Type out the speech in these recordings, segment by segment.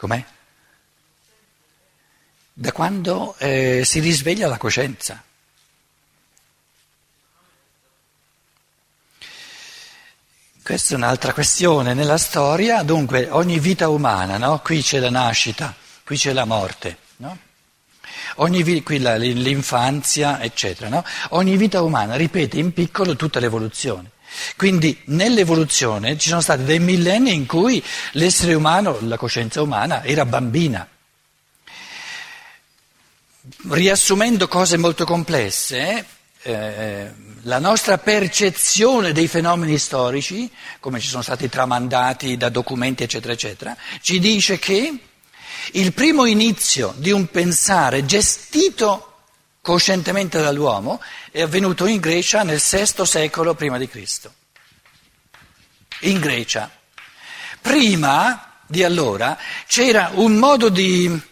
Com'è? Da quando si risveglia la coscienza. Questa è un'altra questione nella storia. Dunque, ogni vita umana, no? Qui c'è la nascita, qui c'è la morte, no? Qui l'infanzia, eccetera, no? Ogni vita umana ripete in piccolo tutta l'evoluzione. Quindi nell'evoluzione ci sono stati dei millenni in cui l'essere umano, la coscienza umana, era bambina. Riassumendo cose molto complesse, la nostra percezione dei fenomeni storici, come ci sono stati tramandati da documenti, eccetera, eccetera, ci dice che il primo inizio di un pensare gestito coscientemente dall'uomo è avvenuto in Grecia nel VI secolo prima di Cristo. In Grecia. Prima di allora c'era un modo di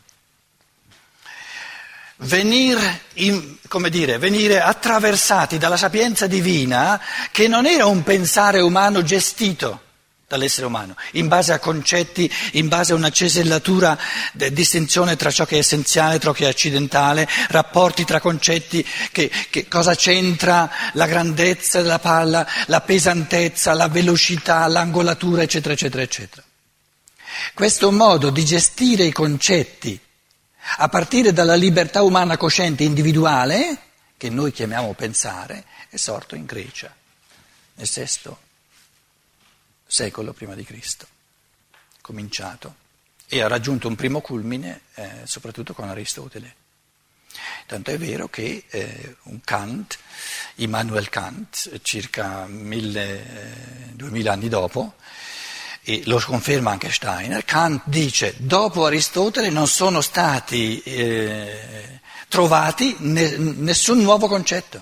venire attraversati dalla sapienza divina che non era un pensare umano gestito dall'essere umano, in base a concetti, in base a una cesellatura, distinzione tra ciò che è essenziale, tra ciò che è accidentale, rapporti tra concetti, che cosa c'entra la grandezza della palla, la pesantezza, la velocità, l'angolatura, eccetera, eccetera, eccetera. Questo modo di gestire i concetti a partire dalla libertà umana cosciente individuale, che noi chiamiamo pensare, è sorto in Grecia, nel VI secolo prima di Cristo, cominciato, e ha raggiunto un primo culmine soprattutto con Aristotele. Tanto è vero che un Kant, Immanuel Kant, circa 2000 anni dopo, e lo conferma anche Steiner, Kant dice: dopo Aristotele non sono stati trovati nessun nuovo concetto.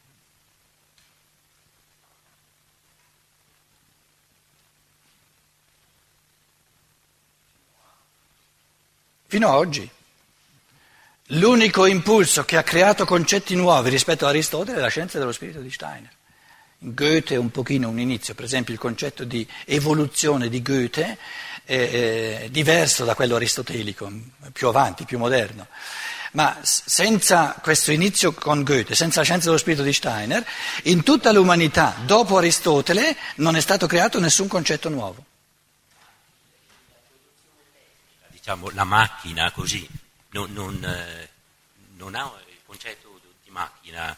Fino ad oggi. L'unico impulso che ha creato concetti nuovi rispetto a Aristotele è la scienza dello spirito di Steiner. Goethe è un pochino un inizio, per esempio il concetto di evoluzione di Goethe è diverso da quello aristotelico, più avanti, più moderno. Ma senza questo inizio con Goethe, senza la scienza dello spirito di Steiner, in tutta l'umanità, dopo Aristotele, non è stato creato nessun concetto nuovo. Diciamo, la macchina così non ha il concetto di macchina,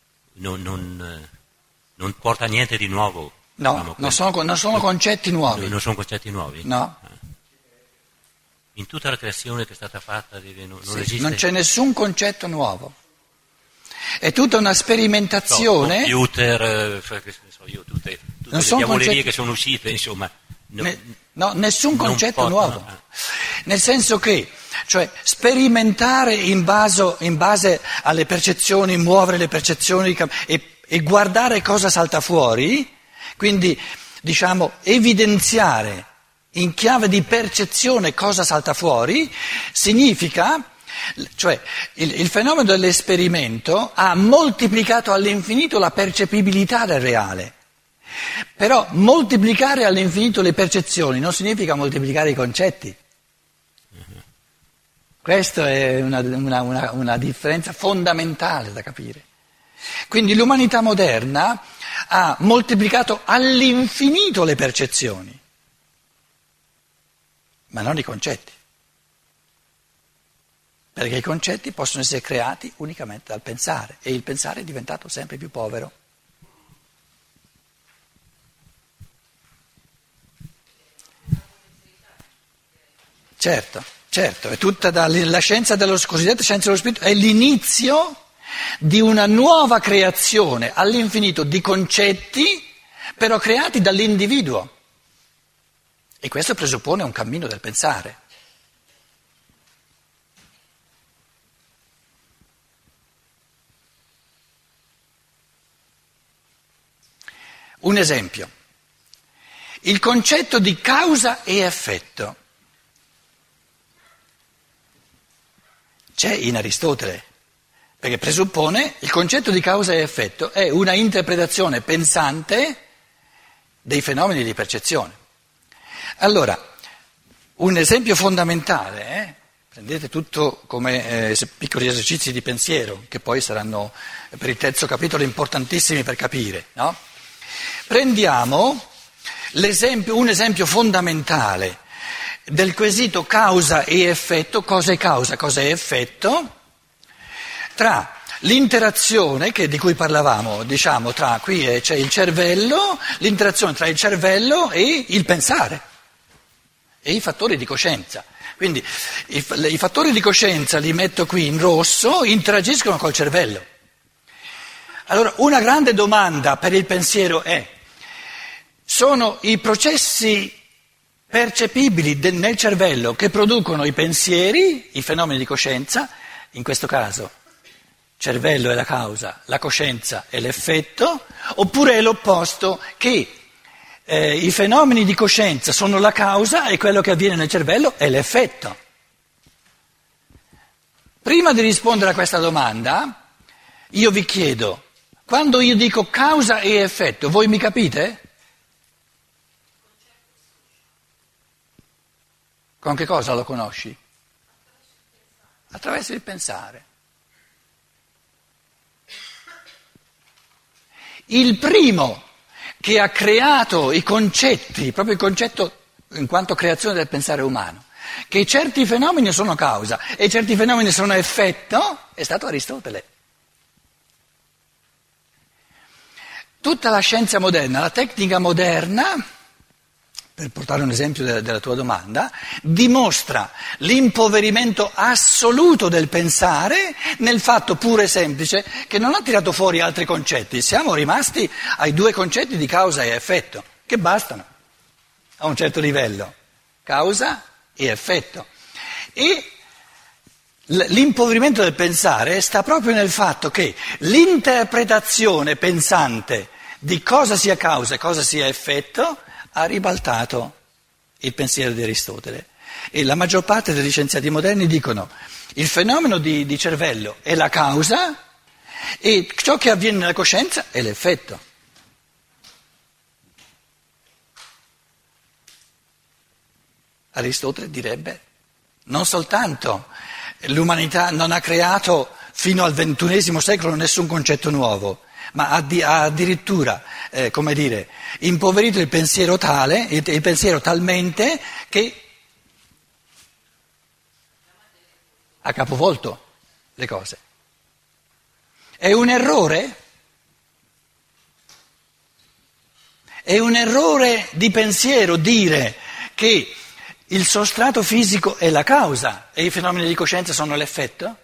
non porta niente di nuovo. No, non sono concetti nuovi. Non sono concetti nuovi? No. In tutta la creazione che è stata fatta non sì, esiste? Non c'è nessun concetto nuovo. È tutta una sperimentazione. Computer, tutte le diavolerie che sono uscite, insomma. Nessun concetto nuovo. Nel senso che, cioè, sperimentare in base alle percezioni, muovere le percezioni e guardare cosa salta fuori, quindi diciamo evidenziare in chiave di percezione cosa salta fuori, significa, cioè il fenomeno dell'esperimento ha moltiplicato all'infinito la percepibilità del reale. Però moltiplicare all'infinito le percezioni non significa moltiplicare i concetti. Questa è una differenza fondamentale da capire. Quindi l'umanità moderna ha moltiplicato all'infinito le percezioni, ma non i concetti. Perché i concetti possono essere creati unicamente dal pensare e il pensare è diventato sempre più povero. Certo, è tutta la scienza cosiddetta scienza dello spirito, è l'inizio di una nuova creazione all'infinito di concetti, però creati dall'individuo. E questo presuppone un cammino del pensare. Un esempio, il concetto di causa e effetto. C'è in Aristotele, perché presuppone il concetto di causa e effetto è una interpretazione pensante dei fenomeni di percezione. Allora, Un esempio fondamentale, prendete tutto come piccoli esercizi di pensiero, che poi saranno per il terzo capitolo importantissimi per capire, no? Prendiamo un esempio fondamentale del quesito causa e effetto, cosa è causa, cosa è effetto, tra l'interazione di cui parlavamo, diciamo, tra qui c'è il cervello, l'interazione tra il cervello e il pensare. E i fattori di coscienza. Quindi i fattori di coscienza li metto qui in rosso, interagiscono col cervello. Allora, una grande domanda per il pensiero sono i processi percepibili nel cervello che producono i pensieri, i fenomeni di coscienza, in questo caso cervello è la causa, la coscienza è l'effetto, oppure è l'opposto, che i fenomeni di coscienza sono la causa e quello che avviene nel cervello è l'effetto. Prima di rispondere a questa domanda, io vi chiedo, quando io dico causa e effetto, voi mi capite? Con che cosa lo conosci? Attraverso il pensare. Il primo che ha creato i concetti, proprio il concetto in quanto creazione del pensare umano, che certi fenomeni sono causa e certi fenomeni sono effetto, è stato Aristotele. Tutta la scienza moderna, la tecnica moderna, per portare un esempio della tua domanda, dimostra l'impoverimento assoluto del pensare nel fatto puro e semplice che non ha tirato fuori altri concetti. Siamo rimasti ai due concetti di causa e effetto, che bastano a un certo livello, causa e effetto. E l'impoverimento del pensare sta proprio nel fatto che l'interpretazione pensante di cosa sia causa e cosa sia effetto ha ribaltato il pensiero di Aristotele. E la maggior parte degli scienziati moderni dicono il fenomeno di cervello è la causa e ciò che avviene nella coscienza è l'effetto. Aristotele direbbe non soltanto l'umanità non ha creato fino al XXI secolo nessun concetto nuovo, ma ha addirittura, impoverito il pensiero il pensiero talmente che ha capovolto le cose. È un errore? È un errore di pensiero dire che il sostrato fisico è la causa e i fenomeni di coscienza sono l'effetto?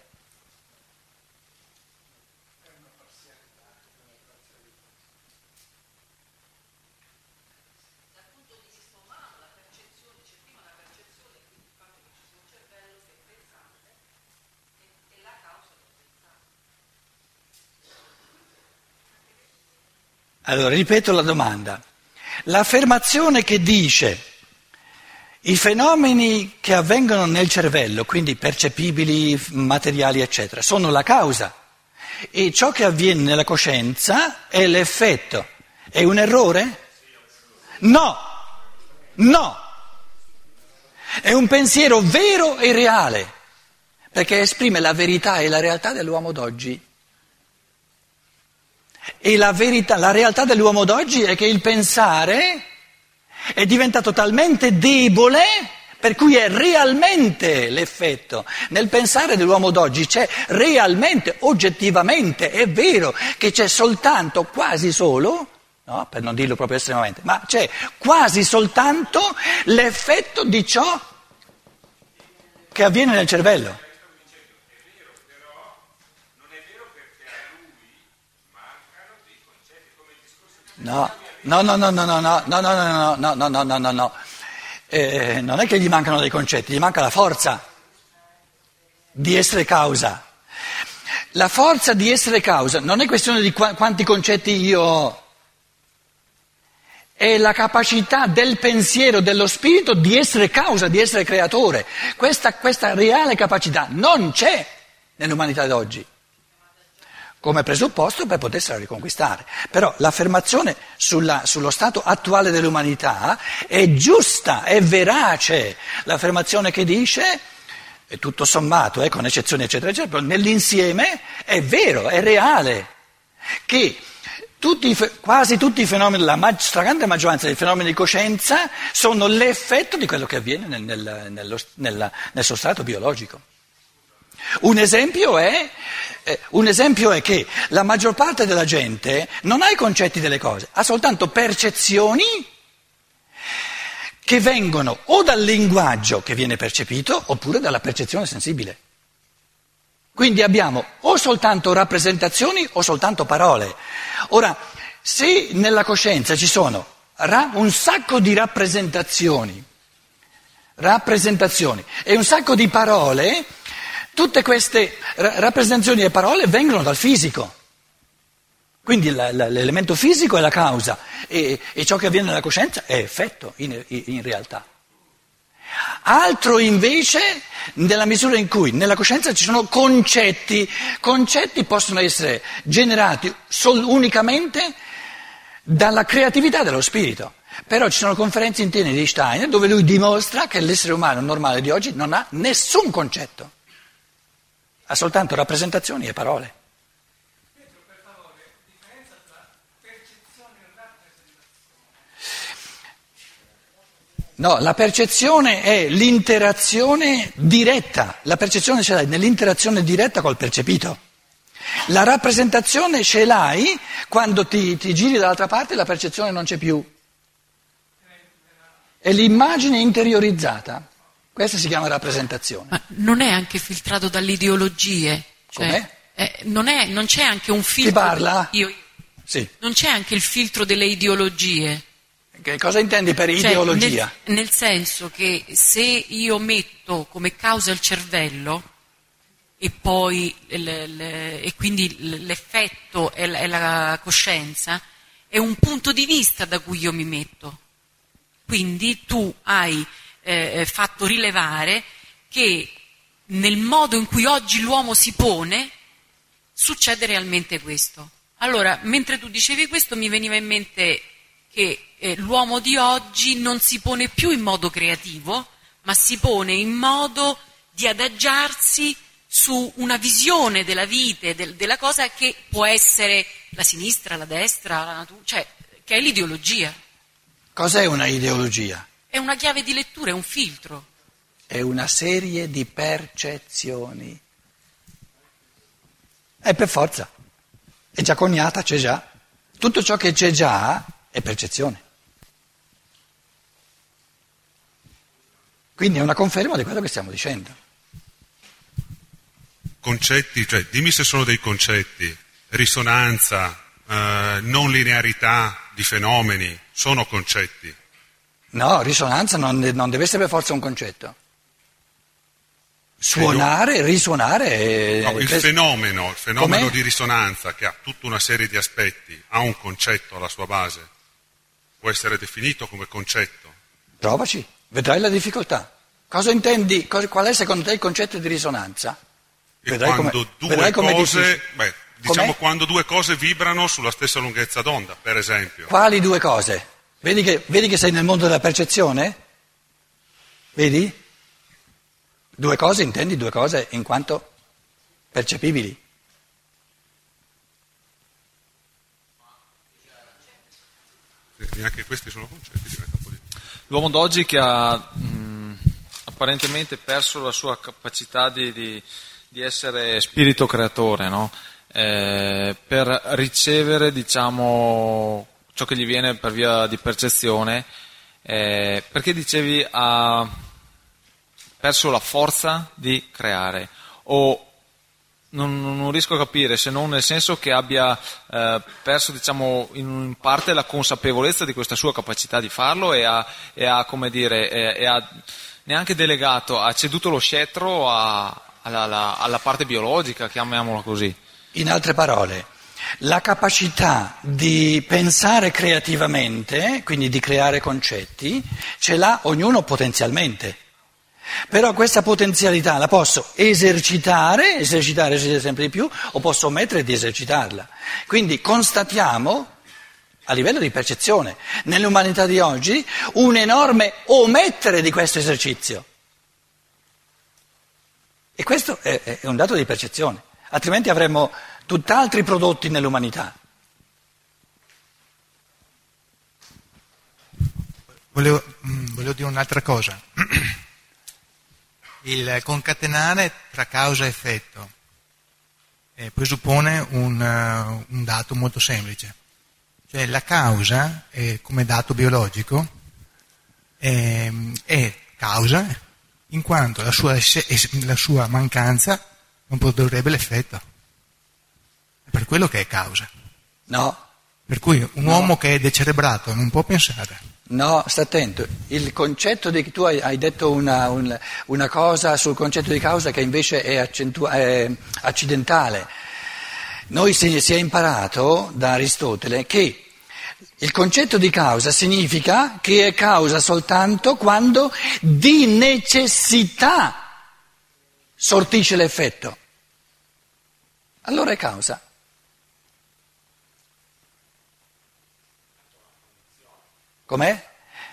Allora, ripeto la domanda. L'affermazione che dice i fenomeni che avvengono nel cervello, quindi percepibili, materiali, eccetera, sono la causa e ciò che avviene nella coscienza è l'effetto. È un errore? No, no. È un pensiero vero e reale, perché esprime la verità e la realtà dell'uomo d'oggi. E la realtà dell'uomo d'oggi è che il pensare è diventato talmente debole per cui è realmente l'effetto. Nel pensare dell'uomo d'oggi c'è realmente, oggettivamente, è vero che c'è soltanto, quasi solo, no, per non dirlo proprio estremamente, ma c'è quasi soltanto l'effetto di ciò che avviene nel cervello. No. Non è che gli mancano dei concetti, gli manca la forza di essere causa. La forza di essere causa non è questione di quanti concetti io ho, è la capacità del pensiero, dello spirito di essere causa, di essere creatore. Questa reale capacità non c'è nell'umanità d'oggi. come presupposto per potersela riconquistare. Però l'affermazione sullo stato attuale dell'umanità è giusta, è verace. L'affermazione che dice, è tutto sommato, con eccezioni eccetera eccetera, però nell'insieme è vero, è reale, che quasi tutti i fenomeni, la stragrande maggioranza dei fenomeni di coscienza sono l'effetto di quello che avviene nel sostrato biologico. Un esempio è che la maggior parte della gente non ha i concetti delle cose, ha soltanto percezioni che vengono o dal linguaggio che viene percepito oppure dalla percezione sensibile. Quindi abbiamo o soltanto rappresentazioni o soltanto parole. Ora, se nella coscienza ci sono un sacco di rappresentazioni e un sacco di parole, tutte queste rappresentazioni e parole vengono dal fisico. Quindi l'elemento fisico è la causa e ciò che avviene nella coscienza è effetto in realtà. Altro invece nella misura in cui nella coscienza ci sono concetti possono essere generati unicamente dalla creatività dello spirito. Però ci sono conferenze intere di Steiner dove lui dimostra che l'essere umano normale di oggi non ha nessun concetto, ha soltanto rappresentazioni e parole. No, la percezione è l'interazione diretta, la percezione ce l'hai nell'interazione diretta col percepito. La rappresentazione ce l'hai quando ti giri dall'altra parte e la percezione non c'è più. È l'immagine interiorizzata, questa si chiama rappresentazione. Ma non è anche filtrato dalle ideologie? Cioè, non c'è anche un filtro? Chi parla? Io. Sì. Non c'è anche il filtro delle ideologie? Che cosa intendi per ideologia? Nel senso che se io metto come causa il cervello e poi e quindi l'effetto è la coscienza, è un punto di vista da cui io mi metto. Quindi tu hai fatto rilevare che nel modo in cui oggi l'uomo si pone succede realmente questo. Allora, mentre tu dicevi questo mi veniva in mente che l'uomo di oggi non si pone più in modo creativo, ma si pone in modo di adagiarsi su una visione della vita, della cosa che può essere la sinistra, la destra, la natura, cioè che è l'ideologia. Cos'è una ideologia? È una chiave di lettura, è un filtro. È una serie di percezioni. È per forza. È già coniata, c'è già. Tutto ciò che c'è già è percezione. Quindi è una conferma di quello che stiamo dicendo. Concetti, cioè dimmi se sono dei concetti, risonanza, non linearità di fenomeni, sono concetti. No, risonanza non deve essere per forza un concetto. Suonare, risuonare... No, il fenomeno di risonanza che ha tutta una serie di aspetti, ha un concetto alla sua base, può essere definito come concetto. Provaci, vedrai la difficoltà. Cosa intendi? Qual è secondo te il concetto di risonanza? Quando due cose vibrano sulla stessa lunghezza d'onda, per esempio. Quali due cose? Vedi che sei nel mondo della percezione? Vedi? Due cose, intendi due cose in quanto percepibili. Neanche questi sono concetti. L'uomo d'oggi che ha apparentemente perso la sua capacità di essere spirito creatore, no? Per ricevere, diciamo, ciò che gli viene per via di percezione, perché dicevi ha perso la forza di creare, o non riesco a capire, se non nel senso che abbia perso, diciamo, in parte la consapevolezza di questa sua capacità di farlo e ha come dire, e ha neanche delegato, ha ceduto lo scettro alla parte biologica, chiamiamola così. In altre parole, la capacità di pensare creativamente, quindi di creare concetti, ce l'ha ognuno potenzialmente. Però questa potenzialità la posso esercitare sempre di più, o posso omettere di esercitarla. Quindi constatiamo, a livello di percezione, nell'umanità di oggi, un enorme omettere di questo esercizio. E questo è un dato di percezione, altrimenti avremmo tutt'altri prodotti nell'umanità. Volevo dire un'altra cosa. Il concatenare tra causa e effetto presuppone un dato molto semplice. Cioè la causa, come dato biologico, è causa in quanto la sua mancanza non produrrebbe l'effetto. È per quello che è causa. No. Per cui un uomo che è decerebrato non può pensare. No, sta attento. Il concetto di tu hai detto una cosa sul concetto di causa che invece è accidentale. Noi si è imparato da Aristotele che il concetto di causa significa che è causa soltanto quando di necessità sortisce l'effetto. Allora è causa. Com'è?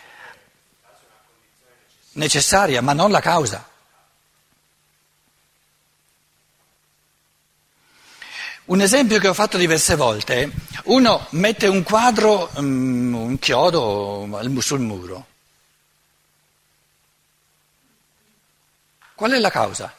Necessaria, ma non la causa. Un esempio che ho fatto diverse volte, uno mette un quadro, un chiodo sul muro. Qual è la causa?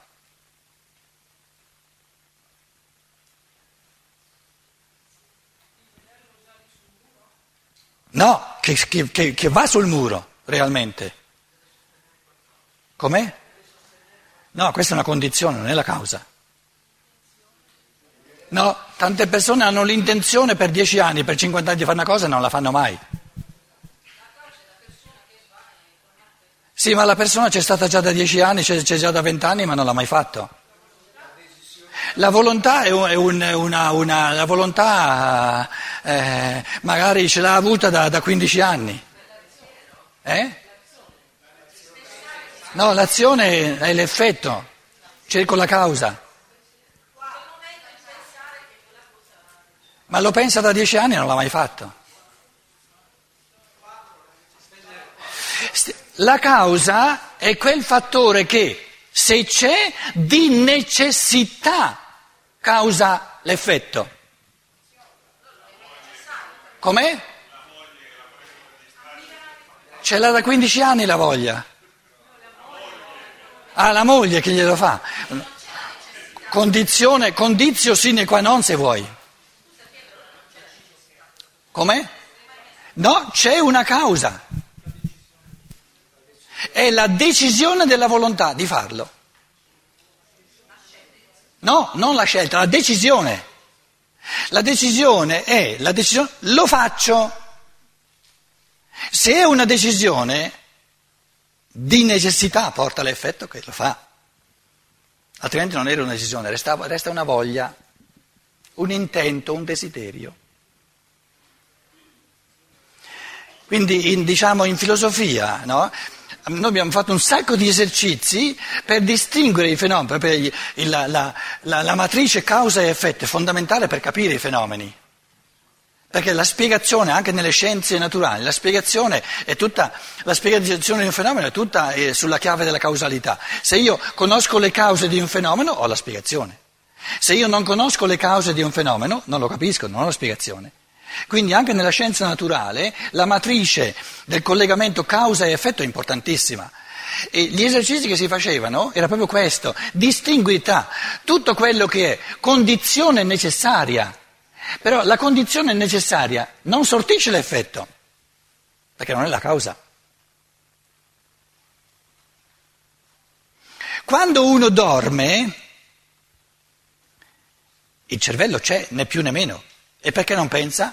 No, che va sul muro, realmente. Com'è? No, questa è una condizione, non è la causa. No, tante persone hanno l'intenzione per 10 anni, per 50 anni di fare una cosa e non la fanno mai. Sì, ma la persona c'è stata già da 10 anni, c'è già da 20 anni, ma non l'ha mai fatto. La volontà la volontà magari ce l'ha avuta da 15 anni. No, l'azione è l'effetto, cerco la causa. Ma lo pensa da 10 anni e non l'ha mai fatto. La causa è quel fattore che, se c'è, di necessità causa l'effetto. Com'è? Ce l'ha da 15 anni la voglia. Ah, la moglie che glielo fa. Condizio sine qua non, se vuoi. Com'è? No, c'è una causa. È la decisione della volontà di farlo. No, non la scelta, la decisione. La decisione è lo faccio. Se è una decisione di necessità porta l'effetto che lo fa. Altrimenti non era una decisione, resta una voglia, un intento, un desiderio. Quindi in filosofia, no? Noi abbiamo fatto un sacco di esercizi per distinguere i fenomeni, la matrice causa e effetto è fondamentale per capire i fenomeni, perché la spiegazione, anche nelle scienze naturali, la spiegazione di un fenomeno è tutta sulla chiave della causalità. Se io conosco le cause di un fenomeno, ho la spiegazione. Se io non conosco le cause di un fenomeno, non lo capisco, non ho la spiegazione. Quindi anche nella scienza naturale la matrice del collegamento causa e effetto è importantissima. E gli esercizi che si facevano era proprio questo, distingui tra tutto quello che è condizione necessaria, però la condizione necessaria non sortisce l'effetto, perché non è la causa. Quando uno dorme, il cervello c'è, né più né meno. E perché non pensa?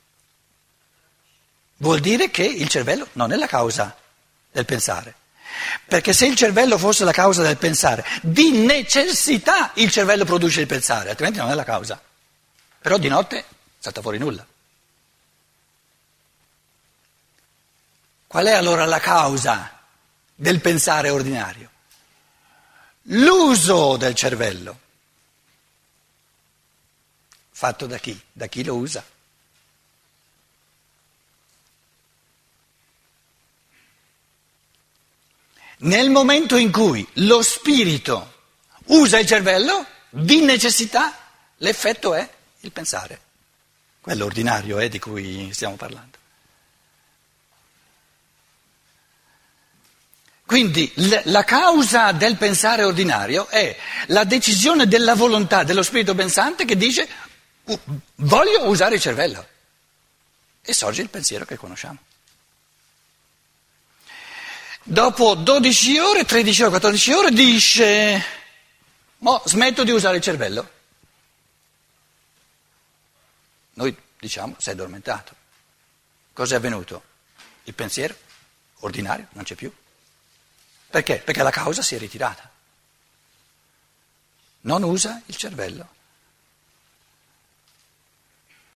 Vuol dire che il cervello non è la causa del pensare. Perché se il cervello fosse la causa del pensare, di necessità il cervello produce il pensare, altrimenti non è la causa. Però di notte salta fuori nulla. Qual è allora la causa del pensare ordinario? l'uso del cervello. Fatto da chi? Da chi lo usa. Nel momento in cui lo spirito usa il cervello, di necessità, l'effetto è il pensare. Quello ordinario di cui stiamo parlando. Quindi la causa del pensare ordinario è la decisione della volontà dello spirito pensante che dice voglio usare il cervello. E sorge il pensiero che conosciamo. Dopo 12 ore, 13 ore, 14 ore dice smetto di usare il cervello. Noi diciamo sei addormentato. Cosa è avvenuto? Il pensiero ordinario non c'è più. Perché? Perché la causa si è ritirata. Non usa il cervello.